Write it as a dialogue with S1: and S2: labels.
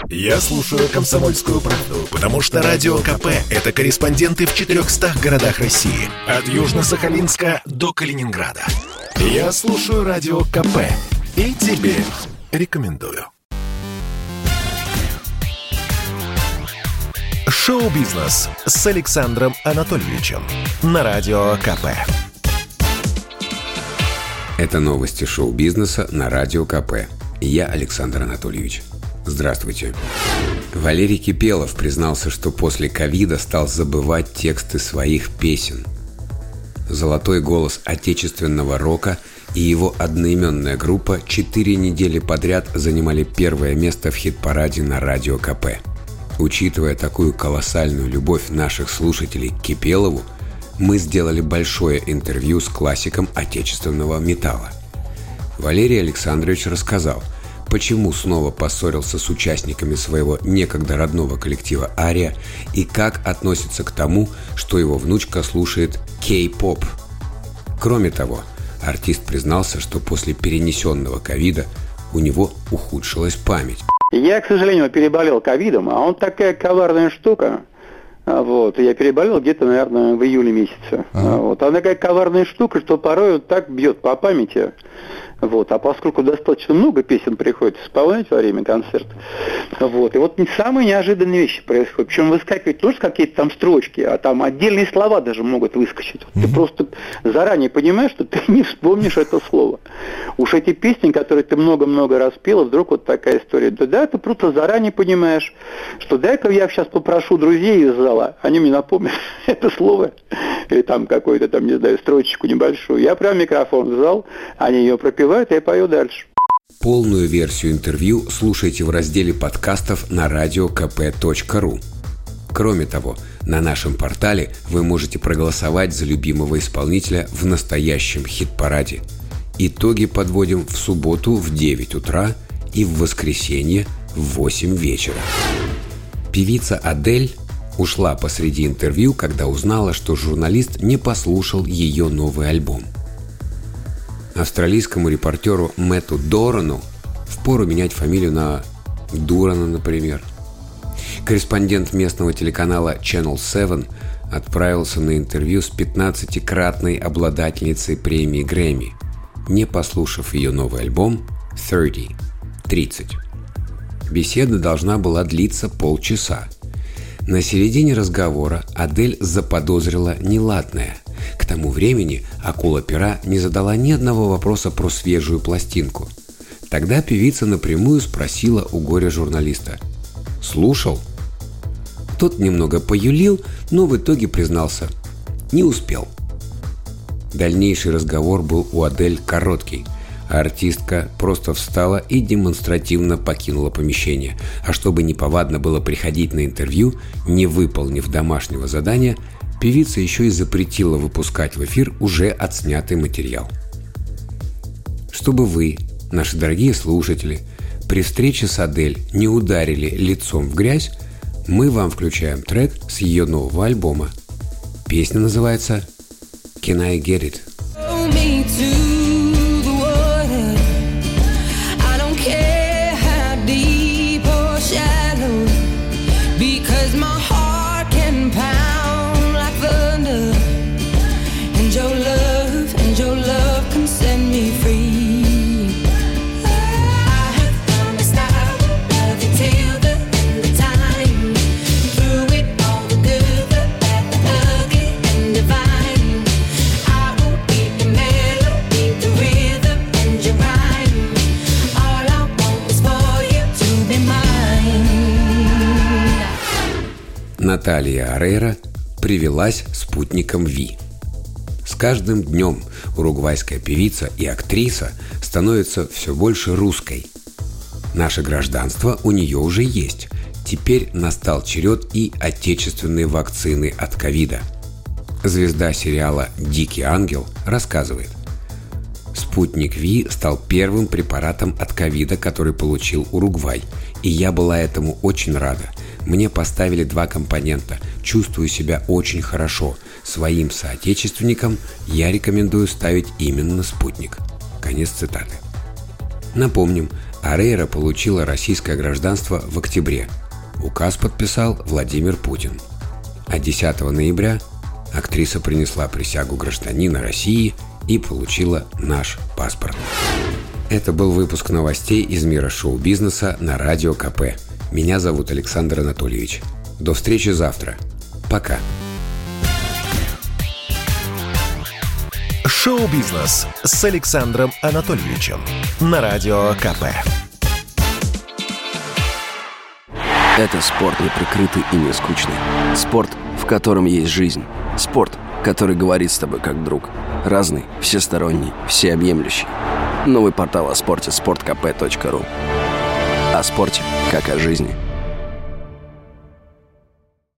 S1: Я слушаю «Комсомольскую правду», потому что Радио КП – это корреспонденты в 400 городах России. От Южно-Сахалинска до Калининграда. Я слушаю Радио КП и тебе рекомендую. Шоу-бизнес с Александром Анатольевичем на Радио КП.
S2: Это новости шоу-бизнеса на Радио КП. Я Александр Анатольевич. Здравствуйте. Валерий Кипелов признался, что после ковида стал забывать тексты своих песен. Золотой голос отечественного рока и его одноименная группа 4 недели подряд занимали первое место в хит-параде на Радио КП. Учитывая такую колоссальную любовь наших слушателей к Кипелову, мы сделали большое интервью с классиком отечественного металла. Валерий Александрович рассказал, почему снова поссорился с участниками своего некогда родного коллектива «Ария» и как относится к тому, что его внучка слушает кей-поп. Кроме того, артист признался, что после перенесенного ковида у него ухудшилась память.
S3: Я, к сожалению, переболел ковидом, а он такая коварная штука. Вот, я переболел где-то, наверное, в июле месяце. Вот, она такая коварная штука, что порой он так бьет по памяти. Вот, а поскольку достаточно много песен приходится исполнять во время концерта, вот, и вот самые неожиданные вещи происходят. Причем выскакивают тоже какие-то там строчки, а там отдельные слова даже могут выскочить. Ты просто заранее понимаешь, что ты не вспомнишь это слово. Уж эти песни, которые ты много-много раз пела, вдруг вот такая история. Да, ты просто заранее понимаешь, что дай-ка я сейчас попрошу друзей из зала, они мне напомнят это слово, или там какую-то там, не знаю, строчечку небольшую. Я прям микрофон взял, они ее пропевают, я пою дальше.
S2: Полную версию интервью слушайте в разделе подкастов на radiokp.ru. Кроме того, на нашем портале вы можете проголосовать за любимого исполнителя в настоящем хит-параде. Итоги подводим в субботу в 9 утра и в воскресенье в 8 вечера. Певица Адель ушла посреди интервью, когда узнала, что журналист не послушал ее новый альбом. Австралийскому репортеру Мэтту Дорану впору менять фамилию на Дурана, например. Корреспондент местного телеканала Channel 7 отправился на интервью с 15-кратной обладательницей премии Грэмми, не послушав ее новый альбом 30. Беседа должна была длиться полчаса. На середине разговора Адель заподозрила неладное. К тому времени акула-пера не задала ни одного вопроса про свежую пластинку. Тогда певица напрямую спросила у горя-журналиста: «Слушал?» Тот немного поюлил, но в итоге признался: «Не успел». Дальнейший разговор был у Адель короткий. Артистка просто встала и демонстративно покинула помещение. А чтобы неповадно было приходить на интервью, не выполнив домашнего задания, певица еще и запретила выпускать в эфир уже отснятый материал. Чтобы вы, наши дорогие слушатели, при встрече с Адель не ударили лицом в грязь, мы вам включаем трек с ее нового альбома. Песня называется «Can I Get It?». Наталья Орейро привилась спутником Ви. С каждым днем уругвайская певица и актриса становится все больше русской. Наше гражданство у нее уже есть. Теперь настал черед и отечественной вакцины от ковида. Звезда сериала «Дикий ангел» рассказывает: спутник Ви стал первым препаратом от ковида, который получил Уругвай. И я была этому очень рада. Мне поставили 2 компонента. Чувствую себя очень хорошо. Своим соотечественникам я рекомендую ставить именно спутник. Конец цитаты. Напомним, Арейра получила российское гражданство в октябре. Указ подписал Владимир Путин. А 10 ноября актриса принесла присягу гражданина России и получила наш паспорт. Это был выпуск новостей из мира шоу-бизнеса на Радио КП. Меня зовут Александр Анатольевич. До встречи завтра. Пока.
S1: Шоу-бизнес с Александром Анатольевичем на Радио КП.
S4: Это спорт неприкрытый и не скучный. Спорт, в котором есть жизнь. Спорт, который говорит с тобой как друг. Разный, всесторонний, всеобъемлющий. Новый портал о спорте – sportkp.ru. О спорте, как о жизни.